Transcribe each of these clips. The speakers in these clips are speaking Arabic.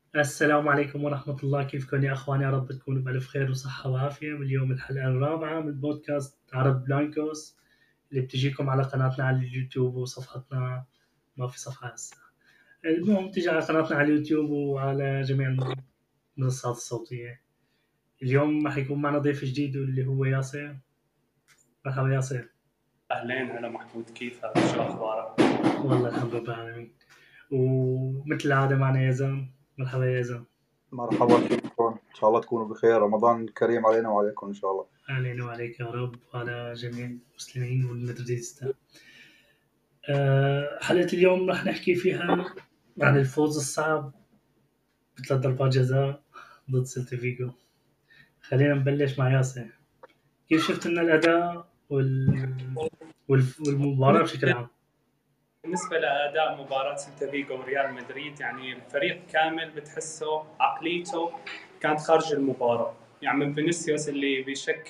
السلام عليكم ورحمة الله، كيفكم يا أخواني؟ يا رب تكونوا بألف خير وصحة وعافية. واليوم الحلقة الرابعة من بودكاست عرب بلانكوس اللي بتجيكم على قناتنا على اليوتيوب وصفحتنا. ما في صفحة هسه. المهم تيجي على قناتنا على اليوتيوب وعلى جميع المنصات الصوتية. اليوم راح يكون معنا ضيف جديد اللي هو ياسر. مرحبا ياسر. أهلين، هلا محمود، كيفك؟ شو أخبارك؟ والله الحمد لله العالمين. ومثل العادة معنا يزن. مرحبا يا يزن. مرحبا، كيفكم؟ إن شاء الله تكونوا بخير. رمضان كريم علينا وعليكم إن شاء الله. علينا وعليك يا رب وعلى جميع المسلمين والمدريدistas. حلقة اليوم راح نحكي فيها عن الفوز الصعب بثلاث ضربات جزاء ضد سيلتا فيجو. خلينا نبلش مع ياسر. كيف شفت لنا الأداء والمباراة بشكل عام؟ بالنسبة لأداء مباراة سيلتا فيجو وريال مدريد، يعني الفريق كامل بتحسه عقليته كانت خارج المباراة. يعني من فينيسيوس اللي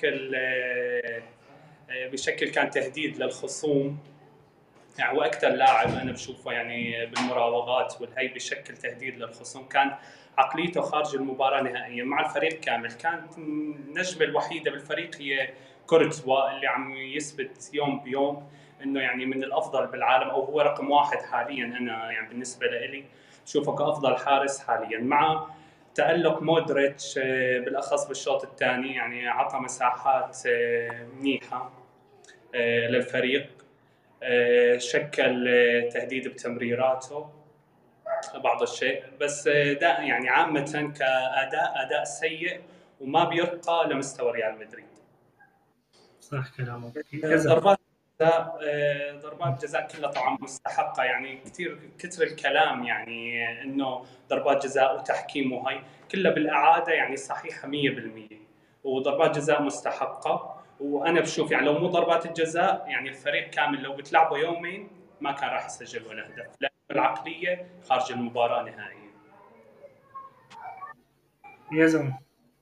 بيشكل كان تهديد للخصوم. يعني هو أكثر لاعب أنا بشوفه يعني بالمراوغات والهي بيشكل تهديد للخصوم. كان عقليته خارج المباراة نهائيا مع الفريق كامل. كانت النجمة الوحيدة بالفريق هي كورتوا اللي عم يثبت يوم بيوم انه يعني من الافضل بالعالم، او هو رقم واحد حاليا. انا يعني بالنسبه لي شوفه كافضل حارس حاليا، مع تألق مودريتش بالاخص بالشوط الثاني. يعني عطى مساحات منيحه للفريق، شكل تهديد بتمريراته بعض الشيء. بس ده يعني عامة كأداء سيء وما بيرقى لمستوى ريال مدريد. صح كلامك. ضربات جزاء كلها طبعا مستحقة. يعني كثر الكلام يعني انه ضربات جزاء وتحكيم وهي كلها بالإعادة يعني صحيحة 100%، وضربات جزاء مستحقة. وانا بشوف يعني لو مو ضربات الجزاء يعني الفريق كامل لو بتلعبوا يومين ما كان راح يسجل ولا هدف، لأن العقلية خارج المباراة نهائيا. يزن.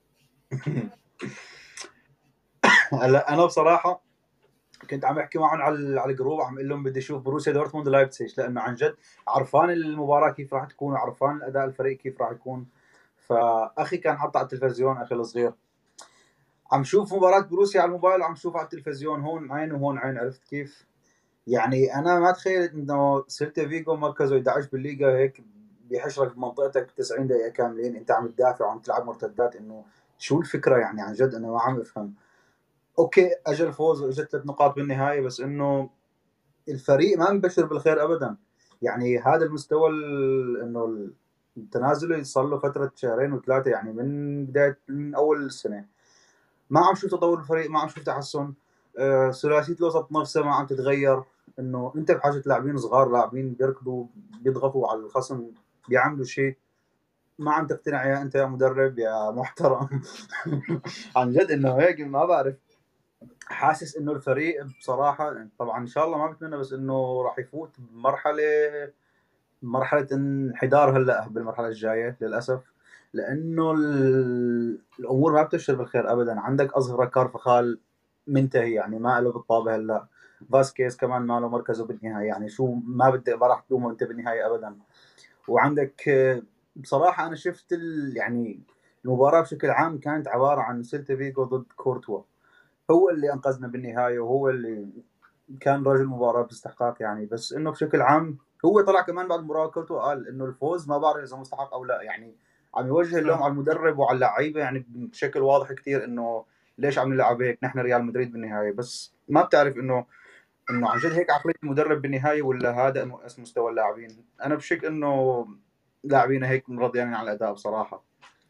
هلا أنا بصراحة كنت عم أحكي معهم على الجروب، عم أقول لهم بدي أشوف بروسيا دورتموند لايبزيج، لأنه عن جد عرفان المباراة كيف راح تكون وعرفان الأداء الفريق كيف راح يكون. فأخي كان حاطه على التلفزيون، أخي الصغير، عم شوف مباراة بروسيا على الموبايل وعم شوف على التلفزيون، هون عين وهون عين. عرفت كيف؟ يعني أنا ما تخيلت إنه سيلتا فيجو مركزه 11 بالليغا هيك بيحشرك بمنطقتك 90 دقيقة كاملين، أنت عم تدافع وعم تلعب مرتدات. إنه شو الفكرة يعني؟ عن جد أنا ما عم أفهم. أوكي، أجل الفوز وإجت 3 نقاط بالنهاية، بس إنه الفريق ما مبشر بالخير أبدا. يعني هذا المستوى إنه التنازل صار له فترة شهرين وثلاثة، يعني من أول السنة ما عم شوف تطور الفريق، ما عم شوف تحسن. ثلاثيه الوسط نفسها ما عم تتغير. انه انت بحاجه لاعبين صغار، لاعبين بيركضوا بيضغطوا على الخصم، بيعملوا شيء. ما عم تقتنع يا انت يا مدرب يا محترم. عن جد انه هيك ما بعرف. حاسس انه الفريق بصراحه، طبعا ان شاء الله ما بتمنى، بس انه راح يفوت مرحله انحدار هلا بالمرحله الجايه للاسف. لانه الامور ما بتبشر بالخير ابدا. عندك اصغر كارفخال منتهي، يعني ما له بالطابه هلا. فاسكيز كمان ما له مركزه بالنهايه، يعني شو ما راح تلومه انت بالنهايه ابدا. وعندك بصراحه انا شفت يعني المباراه بشكل عام كانت عباره عن سيلتا فيجو ضد كورتوا. هو اللي انقذنا بالنهايه، وهو اللي كان رجل مباراه باستحقاق يعني. بس انه بشكل عام هو طلع كمان بعد المباراه كورتوا قال انه الفوز ما بعرف اذا مستحق او لا. يعني عم يوجه اللوم صح. على المدرب وعلى اللعيبه، يعني بشكل واضح كتير انه ليش عم نلعب هيك، نحن ريال مدريد بالنهايه. بس ما بتعرف انه عن جد هيك عقليه المدرب بالنهايه، ولا هذا مستوى اللاعبين. انا بشك انه لاعبين هيك مرضيين على الاداء بصراحه.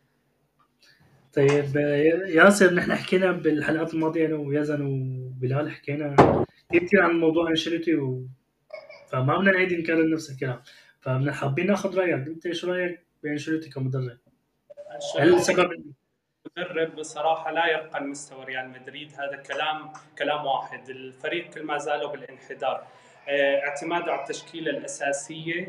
طيب ياسر، نحن حكينا بالحلقات الماضية أنا ويزن وبلال، حكينا كثير عن موضوع أنشيلوتي فما بدنا نعيد نكرر نفس الكلام. فبدنا حابين ناخذ رايك، انت شو رايك بانشيلوتي كمدرب؟ هل أنشيلوتي السبب؟ مدرب بصراحة لا يرقى لمستوى ريال مدريد، هذا كلام واحد. الفريق كل ما زالوا بالانحدار. اعتماده على التشكيلة الأساسية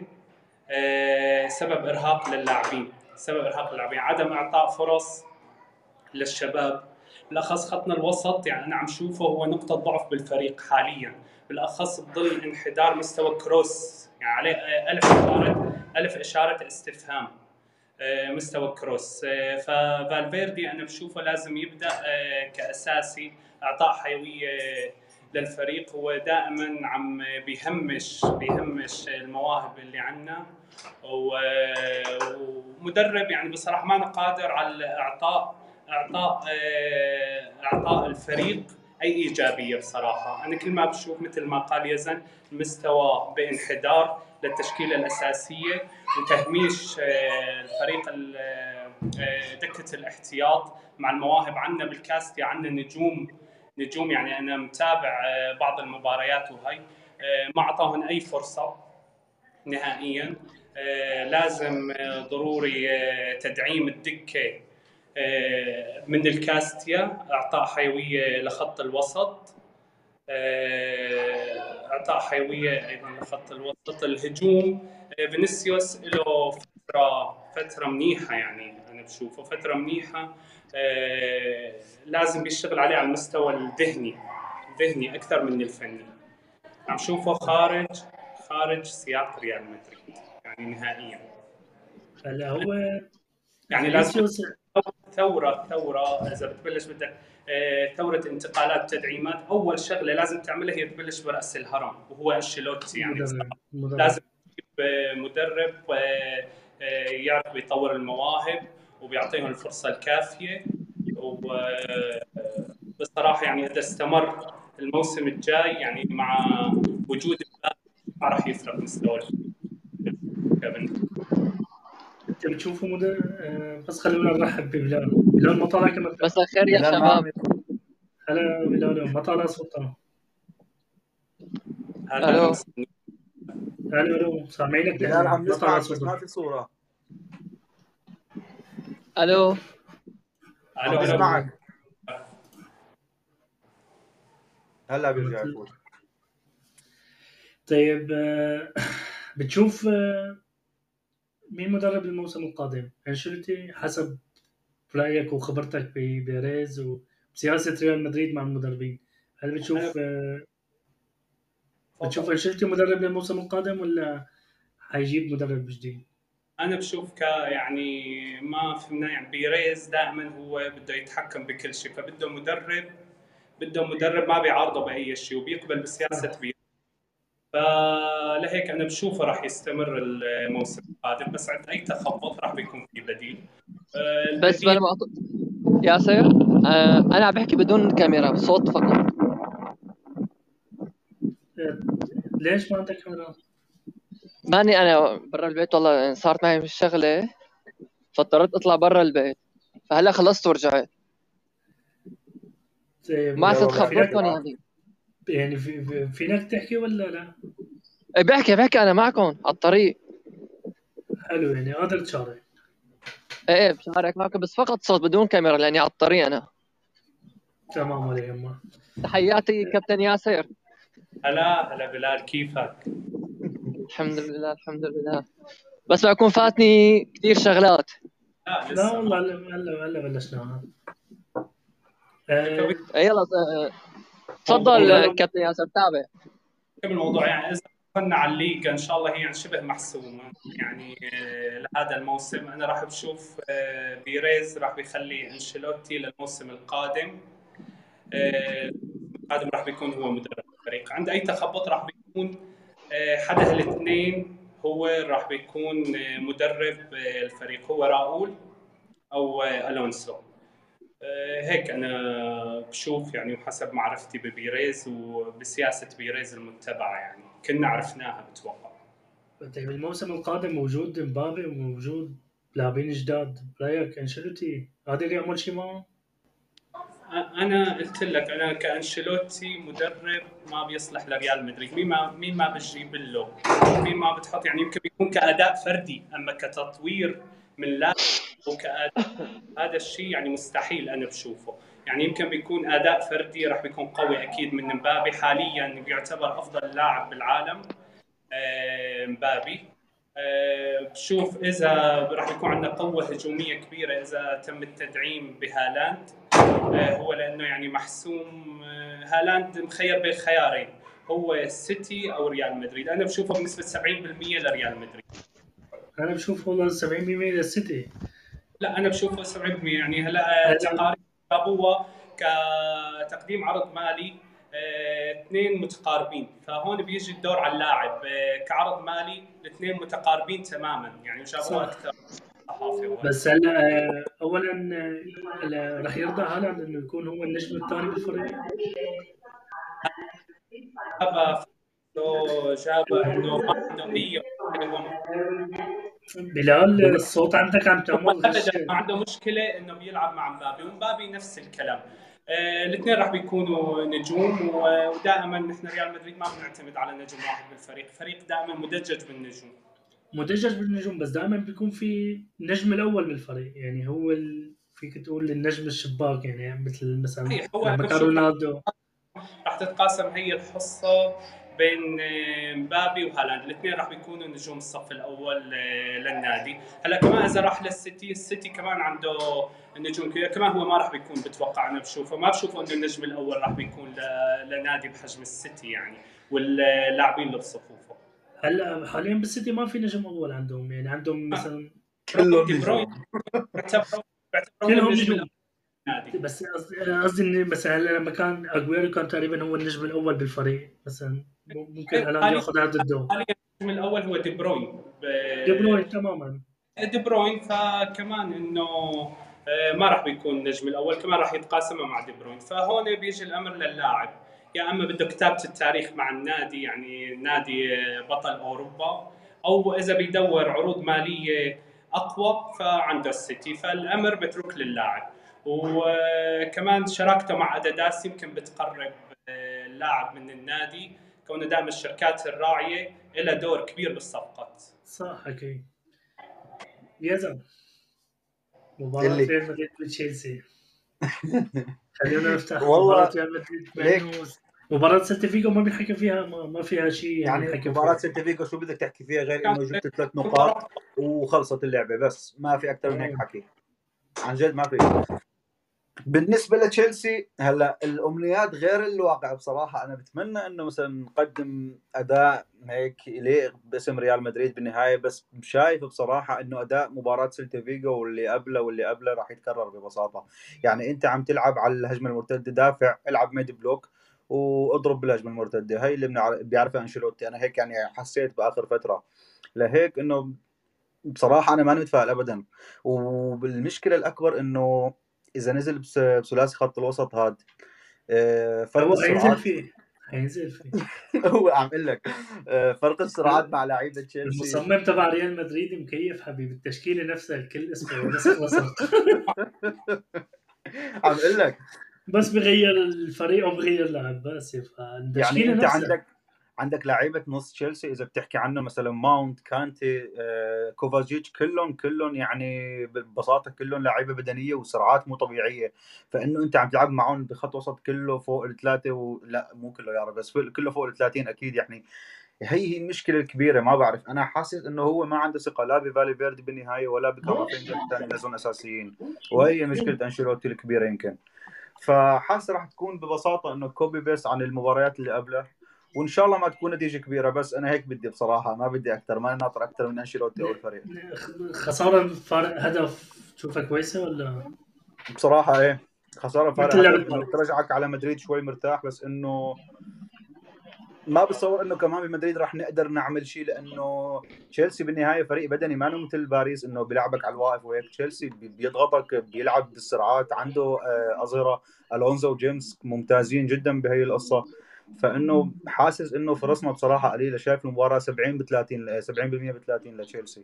سبب إرهاق للاعبين، عدم إعطاء فرص للشباب. بالاخص خطنا الوسط، يعني انا عم شوفه هو نقطه ضعف بالفريق حاليا، بالاخص بظل انحدار مستوى كروس. يعني عليه الف اشاره استفهام. مستوى كروس. ففالفيردي انا بشوفه لازم يبدا كاساسي، اعطاء حيويه للفريق. هو دائما عم بيهمش المواهب اللي عندنا، ومدرب يعني بصراحه ما أنا قادر على اعطاء الفريق اي ايجابيه. بصراحه انا كل ما بشوف مثل ما قال يزن المستوى بانحدار للتشكيله الاساسيه، وتهميش الفريق دكه الاحتياط مع المواهب. عندنا بالكاستيا عندنا نجوم يعني انا متابع بعض المباريات وهي ما اعطاهم اي فرصه نهائيا. لازم ضروري تدعيم الدكه من الكاستيا، اعطاء حيويه لخط الوسط، اعطاء حيويه ايضا لخط الوسط. الهجوم فينيسيوس له فتره منيحه، يعني انا بشوفه فتره منيحه. لازم بيشتغل عليه على المستوى الذهني اكثر من الفني. عم شوفه خارج سياق ريال مدريد يعني نهائيا. هلا هو يعني لازم فينيسيوس ثوره اذا بتبلش بدك ثوره انتقالات تدعيمات. اول شغله لازم تعملها هي تبلش براس الهرم وهو انشيلوتي. يعني مدرب. لازم تجيب مدرب يعرف يطور المواهب وبيعطيهم الفرصه الكافيه. وبصراحه يعني اذا استمر الموسم الجاي يعني مع وجود ما راح يفرق مستوى الفريق. انت بتشوفه بس خلونا نرحب بلال ما طالع كمان. مساء الخير يا بلال شباب. هلا بلال، ما طالع صوتنا. الو الو سامعينك بلال تمام، عم ما طالع نسمعك بس ما صوتك. في صورة. الو عم نسمعك. هلا بيرجع يفوت. طيب بتشوف مين مدرب الموسم القادم؟ انشيلوتي حسب رأيك وخبرتك ببيريز وسياسة ريال مدريد مع المدربين، هل بتشوف انشيلوتي مدرب للموسم القادم ولا حيجيب مدرب جديد؟ انا بشوف يعني ما فهمنا، يعني بيريز دائما هو بده يتحكم بكل شيء، فبده مدرب ما بيعارضه باي شيء وبيقبل بسياسه بيريز. فلهيك انا بشوفه راح يستمر الموسم القادم، بس عند اي تخبط راح بيكون في بديل. بس بلا ما ياسر انا عم بحكي بدون كاميرا، صوت فقط. ليش ما عندك كاميرا؟ ماني انا برا البيت، والله صارت معي شغله فاضطريت اطلع برا البيت، فهلا خلصت ورجعت. طيب ما صرت يلا خبرتكم يعني. يعني فينك تحكي ولا لا؟ بحكي انا معكم على الطريق. حلو، يعني قادر تشارك. ايه بشارك معكم بس فقط صوت بدون كاميرا لاني على الطريق انا. تمام ولا يهمك. تحياتي كابتن ياسر. هلا بلال، كيفك؟ الحمد لله بس بكون فاتني كثير شغلات. لا لا لسه والله هلا بلشنا. يلا تفضل كابتن ياسر تابع. كم الموضوع يعني اذا دخلنا على الليغا ان شاء الله هي يعني شبه محسومه يعني لهذا الموسم. انا راح بشوف بيريز راح بيخلي انشيلوتي للموسم القادم. القادم راح بيكون هو مدرب الفريق. عند اي تخبط راح بيكون حدا الاثنين هو راح بيكون مدرب الفريق، هو راؤول او الونسو. هيك انا بشوف يعني، وحسب معرفتي ببيريز وبسياسه بيريز المتبعه يعني كنا عرفناها بتوقع. طيب الموسم القادم موجود مبابي وموجود لاعبين جداد، رايك انشيلوتي قادر يعمل شيء معه؟ انا قلت لك انا كانشيلوتي مدرب ما بيصلح لريال مدريد. مين ما بتجيب له، مين ما بتحط، يعني يمكن بيكون كاداء فردي، اما كتطوير من لاعب وكاداء هذا الشيء يعني مستحيل انا بشوفه. يعني يمكن بيكون اداء فردي راح بيكون قوي اكيد من مبابي، حاليا بيعتبر افضل لاعب بالعالم مبابي. بشوف اذا راح يكون عندنا قوه هجوميه كبيره اذا تم التدعيم بهالاند. هو لانه يعني محسوم، هالاند مخير بين خيارين، هو السيتي او ريال مدريد. انا بشوفه بنسبه 70% لريال مدريد. انا بشوف والله 70% للسيتي. لا انا بشوفه 70%. يعني هلا تقارير جابوها كتقديم عرض مالي، اثنين متقاربين، فهون بيجي الدور على اللاعب. كعرض مالي الاثنين متقاربين تماما، يعني جابوها اكثر صحافه هون. بس هلا اولا هلا رح يرضى هالاند انه يكون هو النجم الثاني بالفريق؟ جاب انه ما عنده اي هو بلال الصوت عندك عم تعمل غش. ابدا ما عنده مشكله انه بيلعب مع مبابي، ومبابي نفس الكلام. الاثنين راح بيكونوا نجوم، ودائما نحن ريال مدريد ما بنعتمد على نجم واحد بالفريق، الفريق دائما مدجج بالنجوم. مدجج بالنجوم، بس دائما بيكون في النجم الاول بالفريق، يعني هو فيك تقول النجم الشباك، يعني مثل مثلا لما كان رونالدو. راح تتقاسم هي الحصه بين مبابي وهالاند، الاثنين راح بيكونوا نجوم الصف الاول للنادي. هلا كمان اذا راح للسيتي، السيتي كمان عنده نجوم كبيره، كمان هو ما راح بيكون، بتوقع انا ما بشوفه انه النجم الاول راح بيكون لنادي بحجم السيتي يعني، واللاعبين اللي بصفوفه. هلا حاليا بالسيتي ما في نجم اول عندهم، يعني عندهم مثلا كلهم دي بروين نجوم. بيعتبروا كلهم النجم نجوم. الاول للنادي. بس قصدي انه مثلا هلا لما كان اجويرو كان تقريبا هو النجم الاول بالفريق، مثلا ممكن هالاند ياخذ هذا ضده. حاليا النجم الاول هو دي بروين. دي بروين تماما. دي بروين، فكمان انه ما راح بيكون النجم الاول، كمان راح يتقاسمها مع دي بروين. فهون بيجي الامر للاعب، يا اما بده كتابه التاريخ مع النادي، يعني نادي بطل اوروبا، او اذا بيدور عروض ماليه اقوى فعنده السيتي. فالامر متروك للاعب، وكمان شراكته مع اداداس يمكن بتقرب اللاعب من النادي، كونه دائما الشركات الراعيه لها دور كبير بالصفقات. صح حكي. يا زلمه مباراة اللي ريال مدريد وتشيلسي. خلينا نفتح والله مباراة ريال مدريد، مع ليك انه مباراة سيلتا فيجو ما بنحكي فيها، ما فيها شيء يعني يعني نحكي مباراة فيها. سيلتا فيجو شو بدك تحكي فيها غير كانت انه جبت 3 نقاط وخلصت اللعبة، بس ما في اكثر من هيك حكي، عن جد ما في. بالنسبة لتشيلسي هلا الامنيات غير الواقع بصراحة. انا بتمنى انه مثلا نقدم اداء هيك يليق باسم ريال مدريد بالنهاية، بس شايف بصراحة انه اداء مباراة سيلتا فيجو واللي قبله راح يتكرر ببساطة. يعني انت عم تلعب على الهجمة المرتدة، دافع العب ميد بلوك واضرب بالهجمه المرتده، هي اللي بيعرفها انشيلوتي. انا هيك يعني حسيت باخر فتره، لهيك انه بصراحه انا ماني متفائل ابدا. وبالمشكله الاكبر انه اذا نزل بثلاثي خط الوسط هذا فرق هو هينزل السرعات. فيه، هينزل فيه. هو عم اقول لك فرق السرعات مع لعيبه تشيلسي. المصمم تبع ريال مدريد مكيف حبيبي، التشكيلة نفسها كل اسبوع نسخ وسط. عم اقول لك بس بغير الفريق وبغير لاعب بس، يعني فالتشكيلة انت نفسها. عندك لعيبه نص تشيلسي اذا بتحكي عنه مثلا ماونت، كانتي، كوفازيتش، كلهم يعني ببساطه كلهم لعيبه بدنيه وسرعات مو طبيعيه. فانه انت عم تلعب معهم بخط وسط كله فوق الثلاثه، لا مو كله يا رب، بس كله فوق ال30 اكيد. يعني هي المشكله الكبيره. ما بعرف، انا حاسس انه هو ما عنده ثقه لا بفالي فيردي بالنهايه ولا بكامافينجا الثاني نزلون اساسيين، وهي مشكله انشيلوتي الكبيره يمكن. فحاسس راح تكون ببساطه انه كوبي بيست عن المباريات اللي قبله، وان شاء الله ما تكون نتيجه كبيره. بس انا هيك بدي بصراحه، ما بدي اكثر، ما ناطر اكثر من انشيلوتي او الفريق. خسارة فارق هدف تشوفها كويسة ولا؟ بصراحه ايه، خساره فارق مثل هدف لعبة انه بترجعك على مدريد شوي مرتاح، بس انه ما بتصور انه كمان بمدريد راح نقدر نعمل شيء، لانه تشيلسي بالنهايه فريق بدني، ما مثل باريس انه بيلعبك على الواقف وهيك. تشيلسي بيضغطك، بيلعب بالسرعات، عنده اظهره الونزو وجيمس ممتازين جدا بهي القصه. فانه حاسس انه فرصنا بصراحه قليله. شايف المباراه 70 ب 30 70% ب 30 لتشيلسي.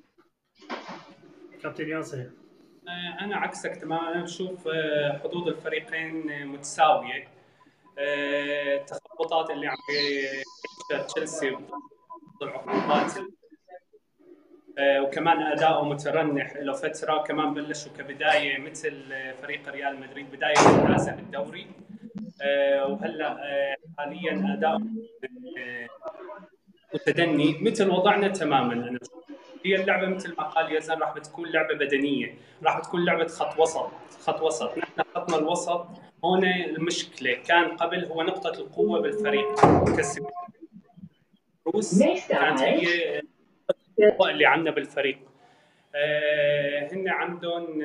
كابتن ياسر. انا عكسك تماما، انا بشوف حظوظ الفريقين متساويه. التخبطات اللي عم بيعيشها تشيلسي، العقوبات، وكمان اداؤه مترنح له فتره، كمان بلشوا كبدايه مثل فريق ريال مدريد بدايه ممتازه بالدوري، وهلا حاليا اداؤه متدني مثل وضعنا تماما. انا هي اللعبه مثل ما قال يزن راح بتكون لعبه بدنيه، راح بتكون لعبه خط وسط. نحن خطنا الوسط هون المشكله، كان قبل هو نقطه القوه بالفريق. روس كانت هي اللي عندنا بالفريق. هن عندهم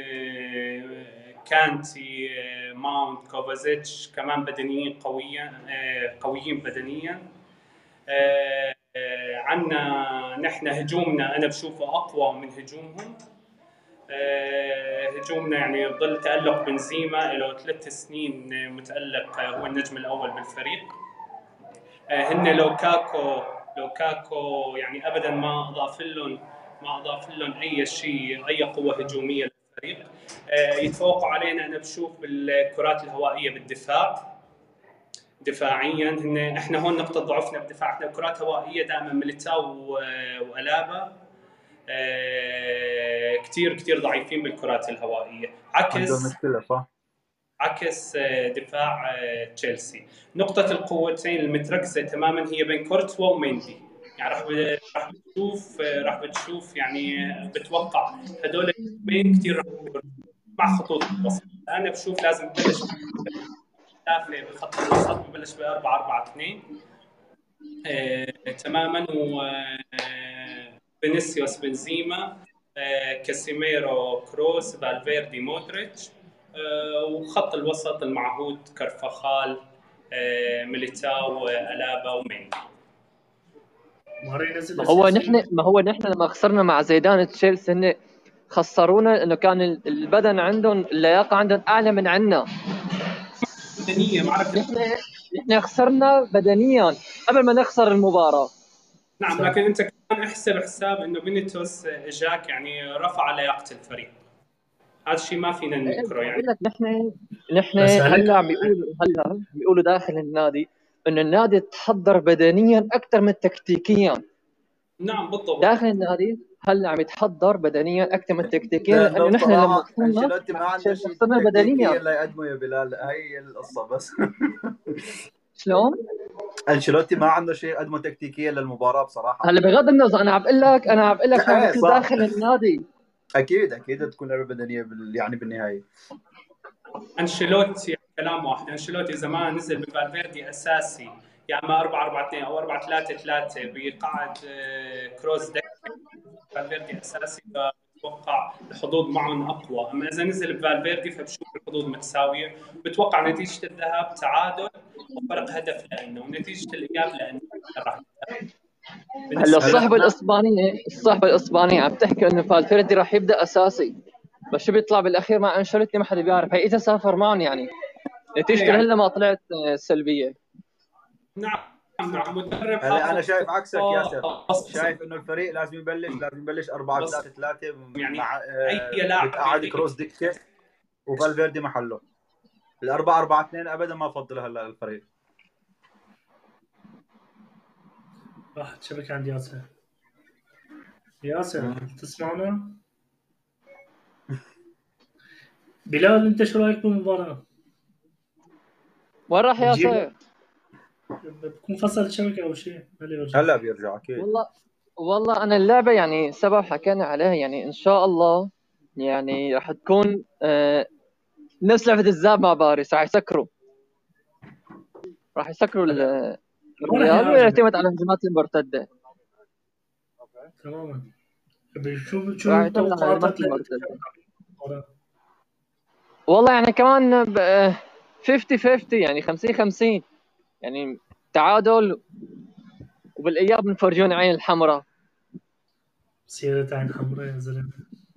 كانتي، ماونت، كوفازيتش، كمان بدنيين قويين بدنيا. عندنا نحن هجومنا انا بشوفه اقوى من هجومهم. هجومنا يعني ظل تألق بنزيما له 3 سنين متألق، هو النجم الأول بالفريق. هن لوكاكو يعني أبدا ما أضاف لهم أي شيء، أي قوة هجومية للفريق. يتفوقوا علينا أنا بشوف بالكرات الهوائية بالدفاع. دفاعيا احنا هون نقطة ضعفنا بدفاع، احنا كرات هوائية دائما ميليتاو وألابا كتير ضعيفين بالكرات الهوائية، عندهم مشكلة صح؟ عكس دفاع تشيلسي. نقطة القوتين المتركزة تماما هي بين كورتوا وميندي. يعني راح بتشوف يعني بتوقع هدول الاثنين كثير راح يكونوا مع خطوط الوسط. انا بشوف لازم نبلش دافع بخط الوسط، نبلش ب 4-4-2 تماما، و فينيسيوس، بنزيما، كاسيميرو، كروس، فالفيردي، مودريتش، وخط الوسط المعهود كارفاخال، ميليتاو، ألابا وميندي. ما هو نحن لما خسرنا مع زيدان تشيلسي هن خسرونا انه كان البدن عندهم، اللياقه عندهم اعلى من عندنا بدنيا معركه. نحن خسرنا بدنيا قبل ما نخسر المباراه. نعم، لكن انت كمان احسب حساب انه بينيتوس اجاك يعني رفع لياقه الفريق. هذا الشيء ما فينا ننكره. يعني نحن هلا بيقولوا داخل النادي انه النادي تحضر بدنيا اكثر من تكتيكيا. نعم بالضبط. داخل النادي هلا عم يتحضر بدنيا اكثر من تكتيكيا، لانه نحن لما انشيلوتي ما عنده شيء بدنيا الا يقدمه يا بلال، هي القصه بس. شلون؟ انشيلوتي ما عنده شيء يقدمه تكتيكيا للمباراه بصراحه. هلا بغض النظر انا عم بقول لك شو بيصير داخل النادي. اكيد تكون لعبه بدنيه يعني بالنهايه. انشيلوتي كلام واحد، انشيلوتي اذا ما نزل بفالفيردي اساسي يا اما 4-4-2 او 4-3-3 بقاعد كروس دك، فالفيردي اساسي، بتوقع الحظوظ معهم اقوى. اما اذا نزل بفالفيردي فبشوف الحظوظ متساويه، بتوقع نتيجه الذهاب تعادل وفرق هدف لانه، ونتيجه الاياب لانه راح. هلا الصحبه الاسبانيه عم تحكي انه فالفيردي راح يبدا اساسي، بس شو بيطلع بالاخير مع انشيلوتي ما حدا بيعرف. هي اذا سافر معهم يعني نتيجته هلا ما طلعت سلبيه. نعم مدرب. انا شايف عكسك ياسر، شايف انه الفريق لازم يبلش 4-3-3 يعني مع اي لاعب قاعد كروس دكه وفالفيردي محله. ال4-4-2 ابدا ما افضلها هلا الفريق. راحت شبكه عند ياسر تسمعنا؟ بلال انت شو رايك بالمباراه؟ وين راح ياسر؟ بكون فصل الشبكه او شيء. هلا بيرجع اكيد. والله انا اللعبه يعني سبب حكينا عليها، يعني ان شاء الله يعني راح تكون نفس لعبه الذهاب مع باريس. راح يسكروا الريال ويعتمد على الهجمات المرتده تماما. شو توقعاتك؟ والله يعني كمان 50-50 يعني 50-50 يعني تعادل، وبالاياب بنفرجون عين الحمراء. سيرة عين حمراء يا زلمه.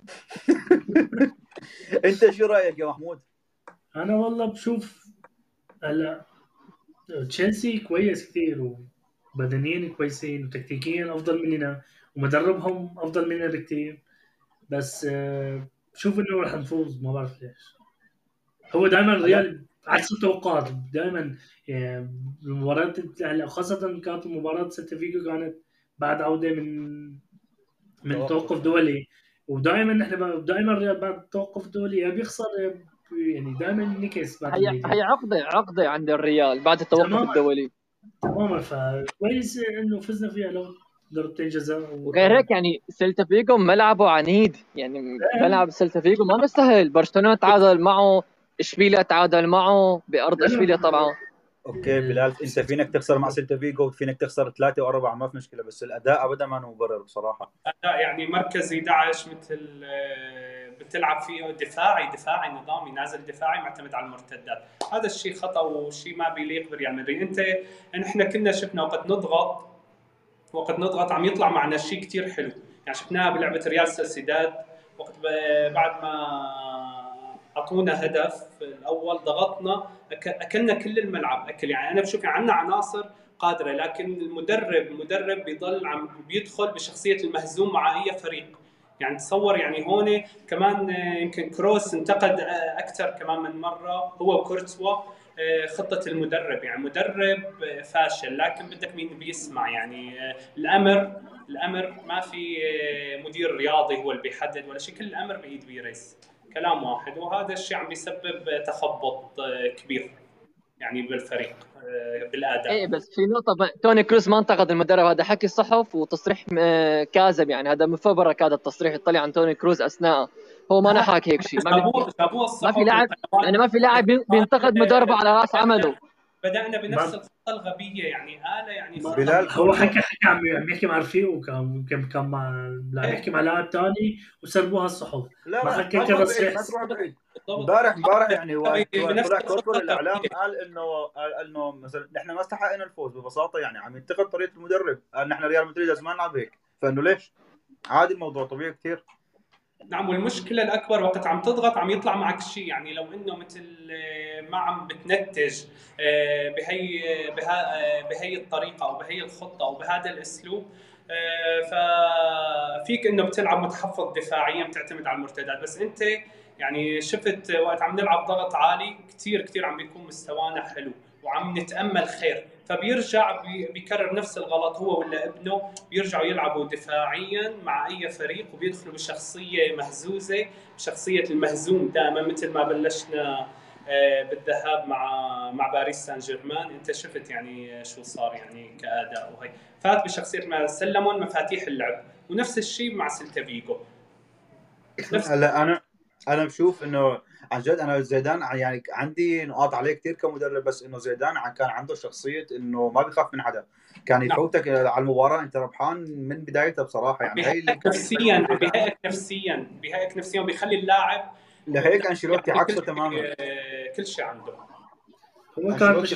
انت شو رايك يا محمود؟ انا والله بشوف هلا تشيلسي كويس كثير، وبدنيا كويسين، وتكتيكيا افضل مننا، ومدربهم افضل مننا بكثير، بس بشوف انه رح نفوز. ما بعرف ليش. هو دائما الريال عكس التوقعات دائما. المباريات هلا خاصه كانت المباراه سيلتا فيجو كانت بعد عوده من توقف دولي، ودائما نحن دائما الريال بعد توقف دولي يا بيخسر يعني دائما نكس بعد هي عقده عند الريال بعد التوقف الدولي. تماما. فكويس انه فزنا فيها لو ضربتين جزاء وغير هيك يعني سيلتا فيجو ملعبه عنيد، يعني ملعب سيلتا فيجو ما سهل. برشلونه تعادل معه، اشبيليا تعادل معه بارض اشبيليا طبعا. اوكي بلال، انت فينك تخسر مع سيلتا فيجو وفينك تخسر 3 و4 ما في مشكله، بس الاداء ابدا ما هو مبرر بصراحه. لا يعني مركز 11 مثل بتلعب فيه دفاعي نظامي نازل دفاعي معتمد على المرتدات. هذا الشيء خطا وشيء ما بيليق بريال مدريد. احنا كنا شفنا وقت نضغط عم يطلع معنا شيء كتير حلو. يعني شفناها بلعبه ريال سوسيداد، وقت بعد ما اعطونا هدف الاول ضغطنا اكلنا كل الملعب اكل. يعني انا بشوف عندنا عناصر قادره، لكن المدرب بيضل عم بيدخل بشخصيه المهزوم مع اي فريق. يعني تصور يعني هون كمان يمكن كروس انتقد اكثر كمان من مره هو وكورتوا خطه المدرب. يعني مدرب فاشل، لكن بدك مين بيسمع. يعني الامر ما في مدير رياضي هو اللي بيحدد ولا شيء، كل الامر بايد بيريز، كلام واحد. وهذا الشيء عم بيسبب تخبط كبير يعني بالفريق بالاداء. ايه بس في نقطة، توني كروس ما انتقد المدرب، هذا حكي صحف وتصريح كاذب، يعني هذا مفبرك، هذا التصريح اللي طلع عن توني كروس اثناء هو ما حكى هيك شيء. جابوه ما في الصحف لاعب، يعني ما في لاعب بينتقد مدربه على راس عمله. بدأنا بنفس الخطة الغبية، يعني آلة يعني خطة. بلال هو حكى عم يحكي مع رفيقه، كان مع عم يحكي مع لاعب ثاني وسربوها الصحف. لا ما لا حكى ما تروح بعيد، كتصريح. ما تروح بعيد. بالضبط. امبارح يعني وقت بنفس طلع الخطة كوركور الاعلام الغبية. قال انه مثلا نحن ما استحقنا الفوز ببساطه، يعني عم ينتقد طريقه المدرب، قال نحن ريال مدريد لازم ما نلعب هيك، فانه ليش؟ عادي الموضوع طبيعي كثير. نعم، والمشكلة الأكبر وقت عم تضغط عم يطلع معك شيء. يعني لو إنه مثل ما عم بتنتج بهي الطريقة أو بهي الخطة أو بهذا الأسلوب، ففيك إنه بتلعب متحفظ دفاعيا بتعتمد على المرتدات. بس أنت يعني شفت وقت عم نلعب ضغط عالي كتير عم بيكون مستوانا حلو وعم نتأمل خير، فبيرجع بيكرر نفس الغلط هو ولا ابنه، بيرجعوا يلعبوا دفاعيا مع اي فريق وبيدخلوا بشخصيه مهزوزه، بشخصيه المهزوم دائما، مثل ما بلشنا بالذهاب مع باريس سان جيرمان. انت شفت يعني شو صار يعني كاداء، وهي فات بشخصيه ما سلموا مفاتيح اللعب. ونفس الشيء مع سيلتا فيجو. هلا انا بشوف انه عن جد انا زيدان يعني عندي نقاط عليه كثير كمدرب، بس انه زيدان كان عنده شخصيه انه ما بيخاف من حدا، كان نعم. يفوتك على المباراه انت ربحان من بدايتها بصراحه. يعني هي اللي بيهيئك نفسيا وبيخلي اللاعب لهيك انشيلوتي يعني عكسه تماما. كل شيء عنده. هو كان انشيلوتي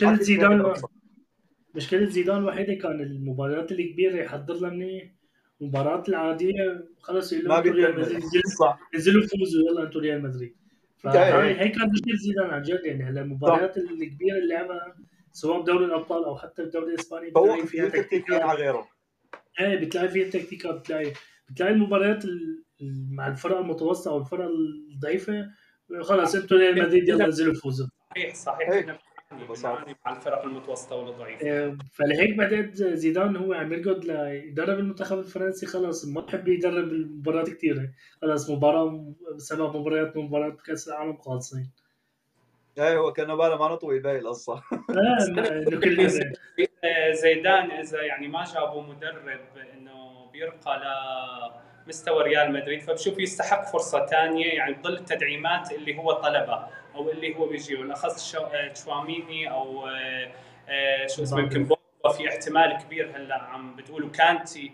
مشكلة زيدان الوحيدة كان المباريات الكبيرة يحضر لها منيح، المباريات العادية خلص يقول لهم ما انتوا ريال بيكمل. مدريد، صح. انزلوا فوزوا يلا انتوا ريال مدريد. هي كانت مشكلة زيدان عن جد. يعني هلا صح. المباريات الكبيرة اللي لعبها سواء بدوري الابطال او حتى بدوري الاسباني هو بتلاقي فيها تكتيكيا تكتيكات. على غيره. ايه بتلاقي فيها تكتيكات، بتلاقي المباريات مع الفرق المتوسطة او الفرق الضعيفة خلص انتوا ريال مدريد يلا انزلوا فوزوا. صحيح هيك كنا ببساطه. بنعاني مع الفرق المتوسطه والضعيفه. فلهيك بعدين زيدان هو عم يركض ليدرب المنتخب الفرنسي، خلص ما بحب يدرب المباريات كثيرة، خلص مباراة 7 مباريات من مباراة كأس العالم خالصين. ايه هو كان باله ما نطوي باقي القصه. انه كل زيدان اذا يعني ما جابوا مدرب انه بيرقى لمستوى ريال مدريد، فبشوف يستحق فرصه ثانيه. يعني بضل التدعيمات اللي هو طلبها او اللي هو بيجي، بالاخص تشواميني او شو اسمه يمكن بوجبا، في احتمال كبير هلا عم بتقولوا كانتي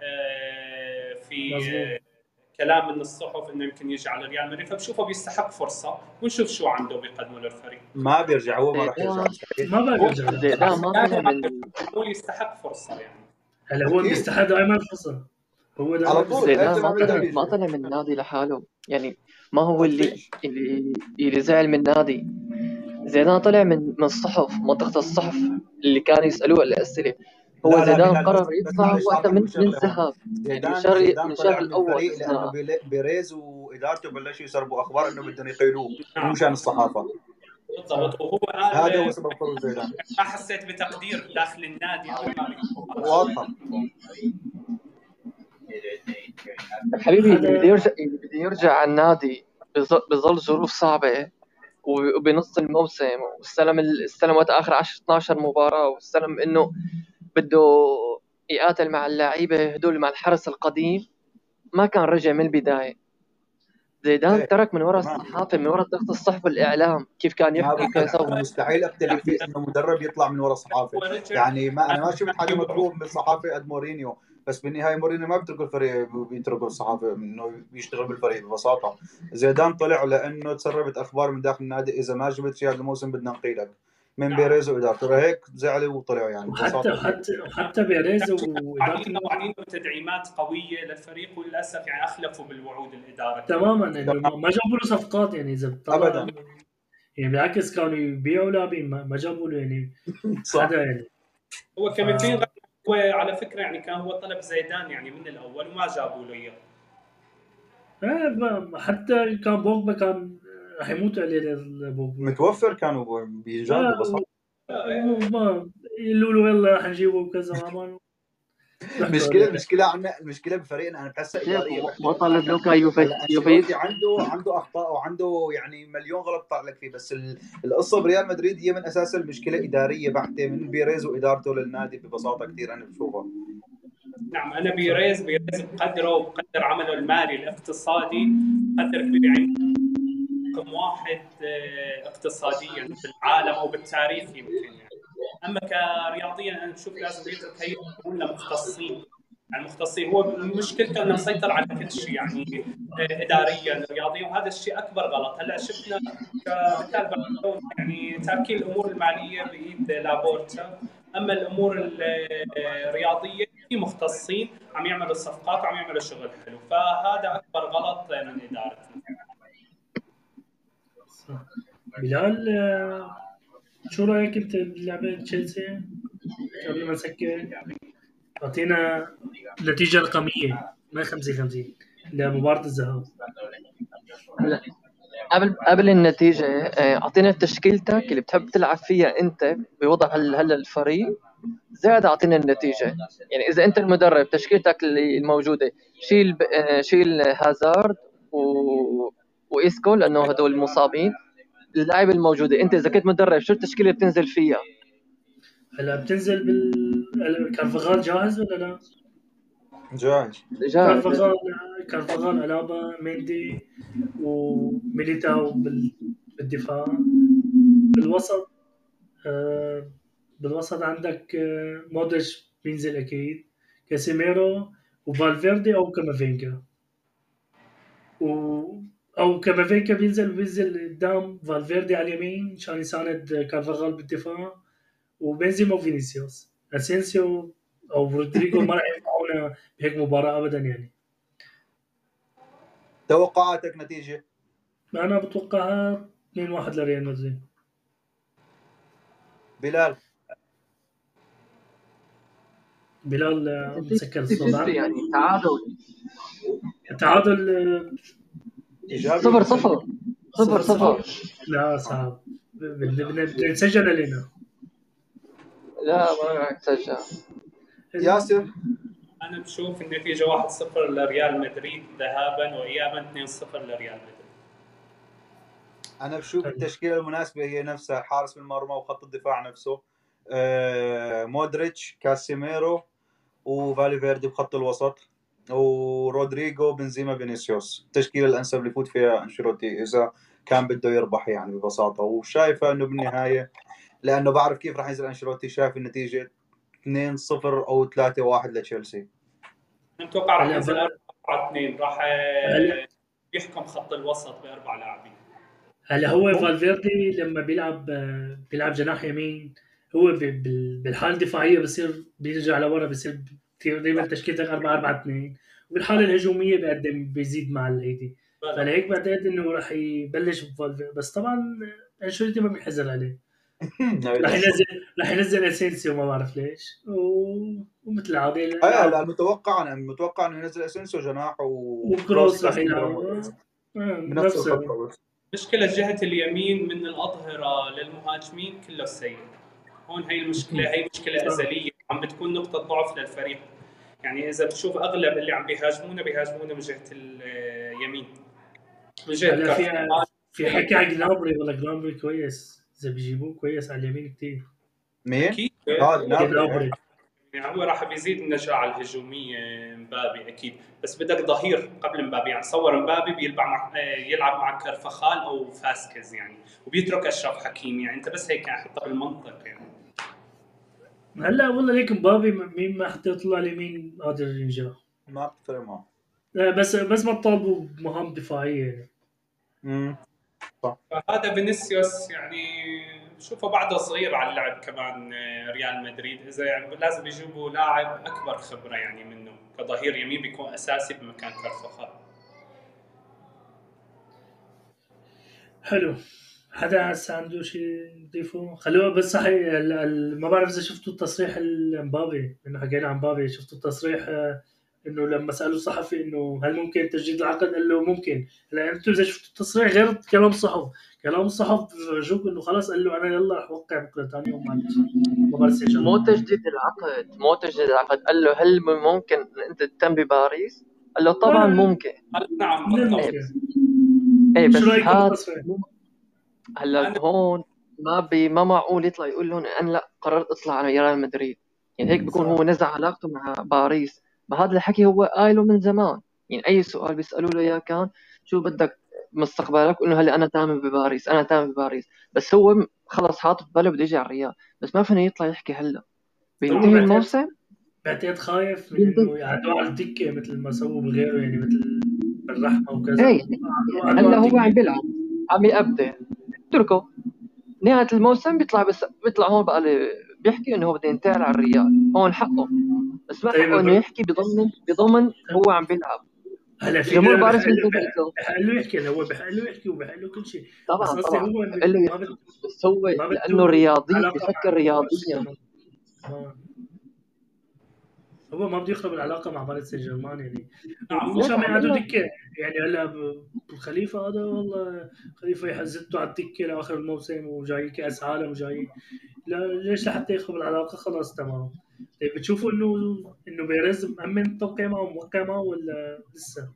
في كلام من الصحف انه يمكن يجي على ريال مدريد، فبشوفه بيستحق فرصه ونشوف شو عنده بيقدمه للفريق. ما بيرجع، هو ما راح يرجع. ما بيرجع. زيدان ما طلع من هو يستحق فرصه يعني. هلا هو بيستحق دائما فرصة، هو على دائما طول زيدان ما ما طلع من النادي لحاله، يعني ما هو اللي فيش. اللي زعل من النادي. زيدان طلع من الصحف، منطقة الصحف اللي كانوا يسألوه الأسئلة. هو لا زيدان بلال، قرر بس يطلع معلش وقتها قاطعك من بشغله هون. الذهاب، يعني زيدان من طلع شهر من الأول الفريق لانه أثناء. بيريز وادارته بلشوا يسربوا اخبار انه بدهم يقيلوه، مو نعم مشان الصحافه. بالضبط. وهو قال هذا هو سبب خروج زيدان. ما حسيت بتقدير داخل النادي قبل ما بيروح. واضحه. حبيبي اللي بده يرجع على النادي بظل ظروف صعبة، وبنص الموسم، استلم وقت آخر 10-12 مباراة، واستلم إنه بده يقاتل مع اللعيبة هدول مع الحرس القديم. ما كان رجع من البداية. زيدان ترك من وراء الصحافه، من وراء ضغط الصحف والاعلام، كيف كان يحكي وكيف يسوي. مستحيل اختلف في انه مدرب يطلع من وراء الصحافه، يعني انا ما شفت حدا مطلوب من الصحافه قد مورينيو، بس بالنهايه مورينيو ما بيترك الفريق، بيتركوا الصحافه انه بيشتغل بالفريق ببساطه. زيدان طلع لانه تسربت اخبار من داخل النادي اذا ما جبت شيء هذا الموسم بدنا نقيلك من بيريز وادارته، هيك زعلوا وطلعوا يعني ببساطه. حتى بيريز وادارته وعدين تدعيمات قويه للفريق، وللاسف يعني اخلفوا بالوعود الاداره تماما، انه ما جابوا له صفقات يعني اذا ابدا، يعني بالعكس كانوا يبيعوا لاعبين، ما جابوا له يعني حدا يعني. هو كمثيل هو على فكره يعني كان هو طلب زيدان يعني من الاول وما جابوا له اياه. حتى كان بوجبا كان رح يموت عليه بوجبا، متوفر كانوا بينجان ببساطه. ما يقولوا له يلا رح نجيبه وكذا. المشكله بفريقنا انا بحسها اداريه بطل لوكا يوفيتش عنده اخطاء وعنده يعني مليون غلط طلع لك فيه، بس القصه بريال مدريد هي من اساس المشكله اداريه بحته من بيريز وادارته للنادي ببساطه كثير انا بشوفها. نعم، انا بيريز بقدره وبقدر عمله المالي الاقتصادي قدر كبير، يعني رقم واحد اقتصاديا في العالم او بالتاريخ يمكن يعني. اما كرياضيا انا بشوف لازم يترك هي الامور لمختصين. المختصين هو مشكلته انه مسيطر على كل شيء يعني اداريا رياضيا، وهذا الشيء اكبر غلط. هلا شفنا كمثال برشلونه يعني تاركين الامور الماليه بايد لابورتا، اما الامور الرياضيه في مختصين عم يعملوا الصفقات وعم يعملوا شغل حلو، فهذا اكبر غلط من ادارتنا. بلال، شو رايك انت بلعبه تشيلسي قبل ما نسكر؟ اعطينا نتيجه رقميه، ما 50-50 لمباراه الذهاب. قبل النتيجة، أعطينا تشكيلتك اللي بتحب تلعب فيها أنت بوضع هلا الفريق، زائد أعطينا النتيجة. يعني إذا أنت المدرب تشكيلتك اللي الموجودة، شيل هازارد وإسكو لأنه هدول مصابين. اللاعب الموجودة أنت إذا كنت مدرب شو التشكيلة بتنزل فيها؟ هلا بتنزل كارفاغال جاهز ولا لا؟ جاهز. كارفاغال ألابا ميندي وميليتاو بالدفاع. بالوسط عندك مودريتش بينزل اكيد، كاسيميرو وفالفيردي او كامافينجا، او كامافينجا بينزل قدام فالفيردي على اليمين عشان يساند كارفاغال بالدفاع، وبنزيما وفينيسيوس. اسينسيو او رودريجو ما راح ينفعونا بهيك مباراه ابدا يعني. توقعاتك نتيجه؟ انا بتوقعها 2-1 لريال مدريد. بلال مسكر الصوت يعني تعادل 0-0. لا صعب، بدنا نسجل علينا. لا ما راح تسجل. ياسر، انا بشوف النتيجه 1-0 لريال مدريد ذهابا، وايابا 2-0 لريال مدريد. انا بشوف التشكيله المناسبه هي نفسها، حارس المرمى وخط الدفاع نفسه، مودريتش، كاسيميرو، وفالفيردي بخط الوسط، ورودريجو، بنزيما، فينيسيوس. التشكيله الانسب اللي يفوت فيها انشيلوتي اذا كان بده يربح يعني ببساطه. وشايفه انه بالنهايه لانه بعرف كيف راح ينزل انشيلوتي، شايف النتيجه 2-0 او 3-1 لتشيلسي. نتوقع راح ينزل 4-2، راح يحكم خط الوسط ب4 لاعبين. هلا هو فالفيردي لما بيلعب جناح يمين، هو بالحاله الدفاعيه بصير بيرجع لورا، بصير تقريبا تشكيلتك 4-4-2، وبالحاله الهجوميه بيزيد مع الايدي. فلهيك بعتقد انه راح يبلش بس طبعا انشيلوتي ما بينحزر عليه. راح ينزل اسينسيو ما بعرف ليش، ومثل العاده لا المتوقع انه ينزل اسينسيو جناح وكروس راح يلعب بنفس الخطه. بس مشكله جهه اليمين من الاظهره للمهاجمين كله سيء. هون هي المشكله، هي مشكله ازليه عم بتكون نقطه ضعف للفريق. يعني اذا بتشوف اغلب اللي عم بيهاجمونا من جهه اليمين، من جهه في حكي على جنابري. والله جنابري كويس، اذا بيجيبوه كويس على اليمين كثير. مين؟ اكيد جنابري يعني هو راح بيزيد النجاعة الهجومية مبابي أكيد، بس بدك ظهير قبل مبابي. يعني تصور مبابي يلعب مع كارفخال أو فاسكيز يعني، وبيترك أشرف حكيمي. يعني أنت بس هيك حطها بالمنطق يعني. هلا والله ليك مبابي مين ما حتى يطلع لي مين قادر ينجح. ما بتفرق معه. بس ما تطالبوا بمهام دفاعيه يعني. فهذا فينيسيوس يعني شوفه بعده صغير على اللعب كمان ريال مدريد. اذا يعني لازم يجيبوا لاعب اكبر خبره يعني منه كظهير يمين بيكون اساسي بمكان كارفخال. حلو. حدا هسه عنده شيء يضيفه؟ خلوه بس صحيح ما بعرف اذا شفتوا التصريح مبابي، انه حكينا عن مبابي، شفتوا التصريح انه لما سالوا الصحفي انه هل ممكن تجديد العقد، قال له ممكن. هلا انتم اذا شفتوا التصريح غير كلام الصحف، كلام الصحف بفرجوك انه خلاص قال له انا يلا رح اوقع بكره ثاني يوم مع باريس سان جيرمان. مو تجديد العقد، قال له هل ممكن انت تتم بباريس؟ قال له طبعا ممكن. نعم من بالضبط. الممكن. ايه بس شو رايكم هذا بالتصريح؟ هلا هون ما معقول يطلع يقول لهم انا لا قررت اطلع على ريال مدريد. يعني هيك بيكون هو نزع علاقته مع باريس. بهذا الحكي هو قايله من زمان. يعني اي سؤال بيسالوا له اياه كان شو بدك مستقبلك، انه هلا انا تامن بباريس انا تامن بباريس. بس هو خلص حاطط باله بده يجي على الريال، بس ما فينا يطلع يحكي هلا بينتهي الموسم. بعتقد خايف من انه يقعدوه على الدكه مثل ما سووا بغيره، يعني مثل الرحمه وكذا. ايه هلا هو عم بيلعب عم يأبدع، اتركه نهاية الموسم بيطلع هون بقى بيحكي انه هو بده ينتقل على الريال. هون حقه، بس ما طيب حقه انه يحكي بضمن هو عم بيلعب. هلا في جمهور كلام باريس بينتبه له. بحق له يحكي، هو بحق له يحكي وبحق له كل شيء. بس طبعا قصدي هو بقول له ما بس هو ما لانه بده رياضي علاقه بفكر مع رياضيا. هو ما بده يخرب العلاقه مع باريس سان جيرمان يعني. نعم ومش عم عم يقعدوا بقول لك دكه. يعني هلا خليفه هذا والله خليفه يحزته على الدكه لاخر الموسم وجاي كاس عالم وجاي. لا ليش لحتى يخرب العلاقه؟ خلاص تمام. طيب بتشوفوا انه بيريز مأمن التوقيع معه موقع معه ولا لسه؟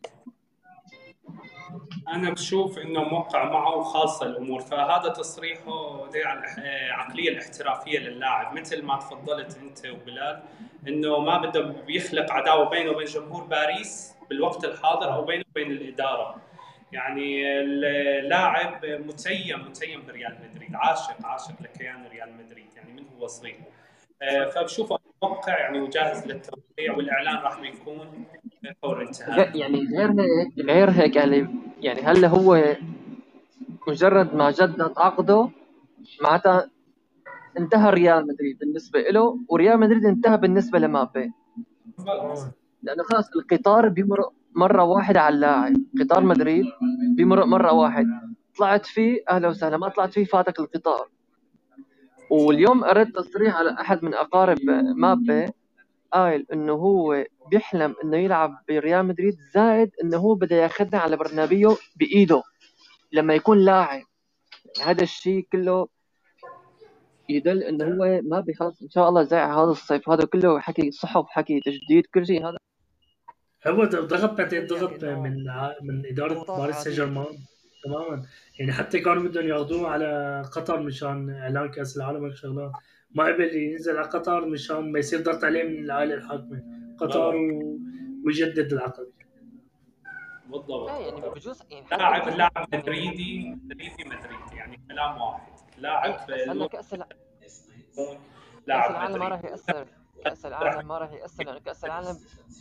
انا بشوف انه موقع معه خاصه الامور. فهذا تصريحه دليل على العقليه الاحترافيه للاعب، مثل ما تفضلت انت وبلال انه ما بده بيخلق عداوه بينه وبين جمهور باريس بالوقت الحاضر او بينه وبين الاداره. يعني اللاعب متيم بريال مدريد، عاشق لكيان ريال مدريد يعني من هو صغير. فبشوفه موقع يعني وجاهز للتوقيع، والاعلان راح بيكون فور انتهاء. يعني غير هيك يعني هلا هو مجرد ما جدد عقده معناتها انتهى ريال مدريد بالنسبه له، وريال مدريد انتهى بالنسبه لمبابي. لانه خلاص القطار بيمرق مره واحده على اللاعب. قطار مدريد بيمرق مره واحد، طلعت فيه اهلا وسهلا، ما طلعت فيه فاتك القطار. واليوم قرأت تصريح على احد من اقارب مابي قايل انه هو بيحلم انه يلعب بريال مدريد، زائد انه هو بده ياخذنا على برنابيو بايده لما يكون لاعب. هذا الشيء كله يدل انه هو ما بيخلص ان شاء الله زي هذا الصيف. هذا كله حكي صحف، حكي تجديد، كل شيء هذا. هو ضغط من اداره باريس سان جيرمان تماما. يعني حتى كانوا بدهم ياخذوه على قطر مشان اعلان كاس العالم والشغلات، ما قبل ينزل على قطر مشان ما يصير ضغط عليه من العائله الحاكمه قطر ويجدد العقد. بالضبط. يعني بجوز يعني لاعب مدريدي يعني كلام واحد. لاعب هلا كاس لاعب العالم ما مدريد. راح ياثر. كاس العالم ما راح ياثر لانه كاس العالم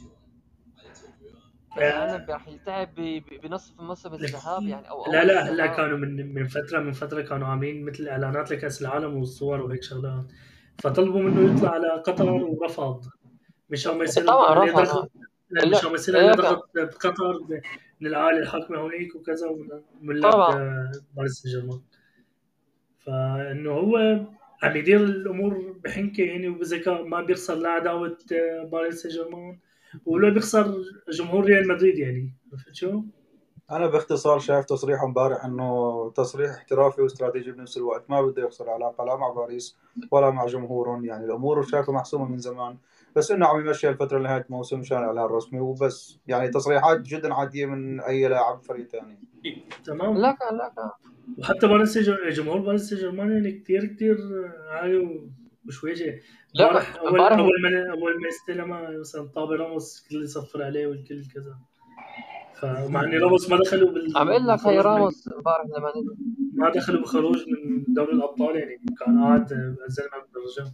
راح يلتعب بنصف موسم الذهاب يعني او لا اول لا هلا الذهاب. كانوا من فتره كانوا عاملين مثل اعلانات لكاس العالم والصور وهيك شغلات، فطلبوا منه يطلع على قطر ورفض مشان ما يصير طبعا عليه رفض. ضغط. لا مشان ما يصير عليه ضغط بقطر من العائله الحاكمه هونيك وكذا ومن ملاك طبعا باريس سان جيرمان. فانه هو عم يدير الامور بحنكه يعني وبذكاء، ما بيخسر لا عداوه باريس سان جيرمان ولا بيخسر جمهور ريال مدريد. يعني عرفت شو؟ انا باختصار شايف تصريحه امبارح انه تصريح احترافي واستراتيجي بنفس الوقت. ما بده يخسر علاقه لا مع باريس ولا مع جمهورهم. يعني الامور شايفه محسومه من زمان، بس انه عم يمشي الفتره لنهايه الموسم مشان الاعلان الرسمي وبس. يعني تصريحات جدا عاديه من اي لاعب فريق ثاني. تمام. لا وحتى باريس جمهور باريس سان جيرمان يعني كثير عالي مش وجه. لا امبارح امبارح اول ما استلمها مثلا طابي راموس الكل يصفر عليه والكل كذا، فمع ان راموس ما دخلوا عم اقول لك هي بالخروج من راموس امبارح لما نزل. ما دخلوا بخروج من دوري الابطال، يعني كان قاعد الزلمه بالدرجه.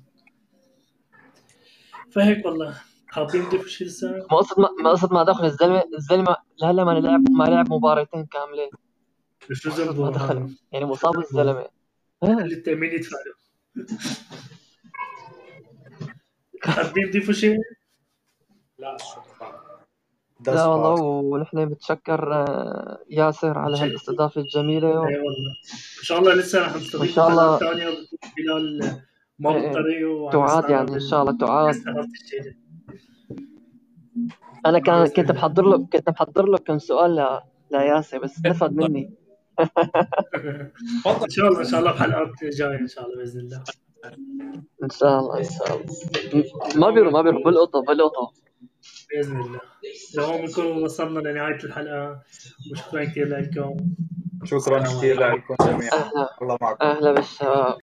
فهيك والله حابين نضيفوا شيء لسه. ما قصد ما دخل الزلمه لهلا ما لعب مباراتين كامله. شو قصد ذنبه ما دخل يعني مصاب الزلمه. خلي التامين يدفع له. حابين تضيفوا شيء؟ لا شكرا. لا والله، ونحن بنتشكر ياسر على هالاستضافه الجميله اي والله ان شاء الله لسه رح وان نستضيف شاء الله حلقات ثانيه وبكون خلال ما بالطريق وعم تعاد نستعرض يعني ان شاء الله تعاد. استعرضت الشيء. انا كنت محضر له كم سؤال لياسر بس نفد مني. ان شاء الله بحلقات جايه ان شاء الله باذن الله. ان شاء الله ما بيروح بالقطه باذن الله. لهون بنكون وصلنا لنهايه الحلقه، وشكرا كثير لكم. شكرا كثير لكم جميعا. الله معكم. اهلا بالشباب.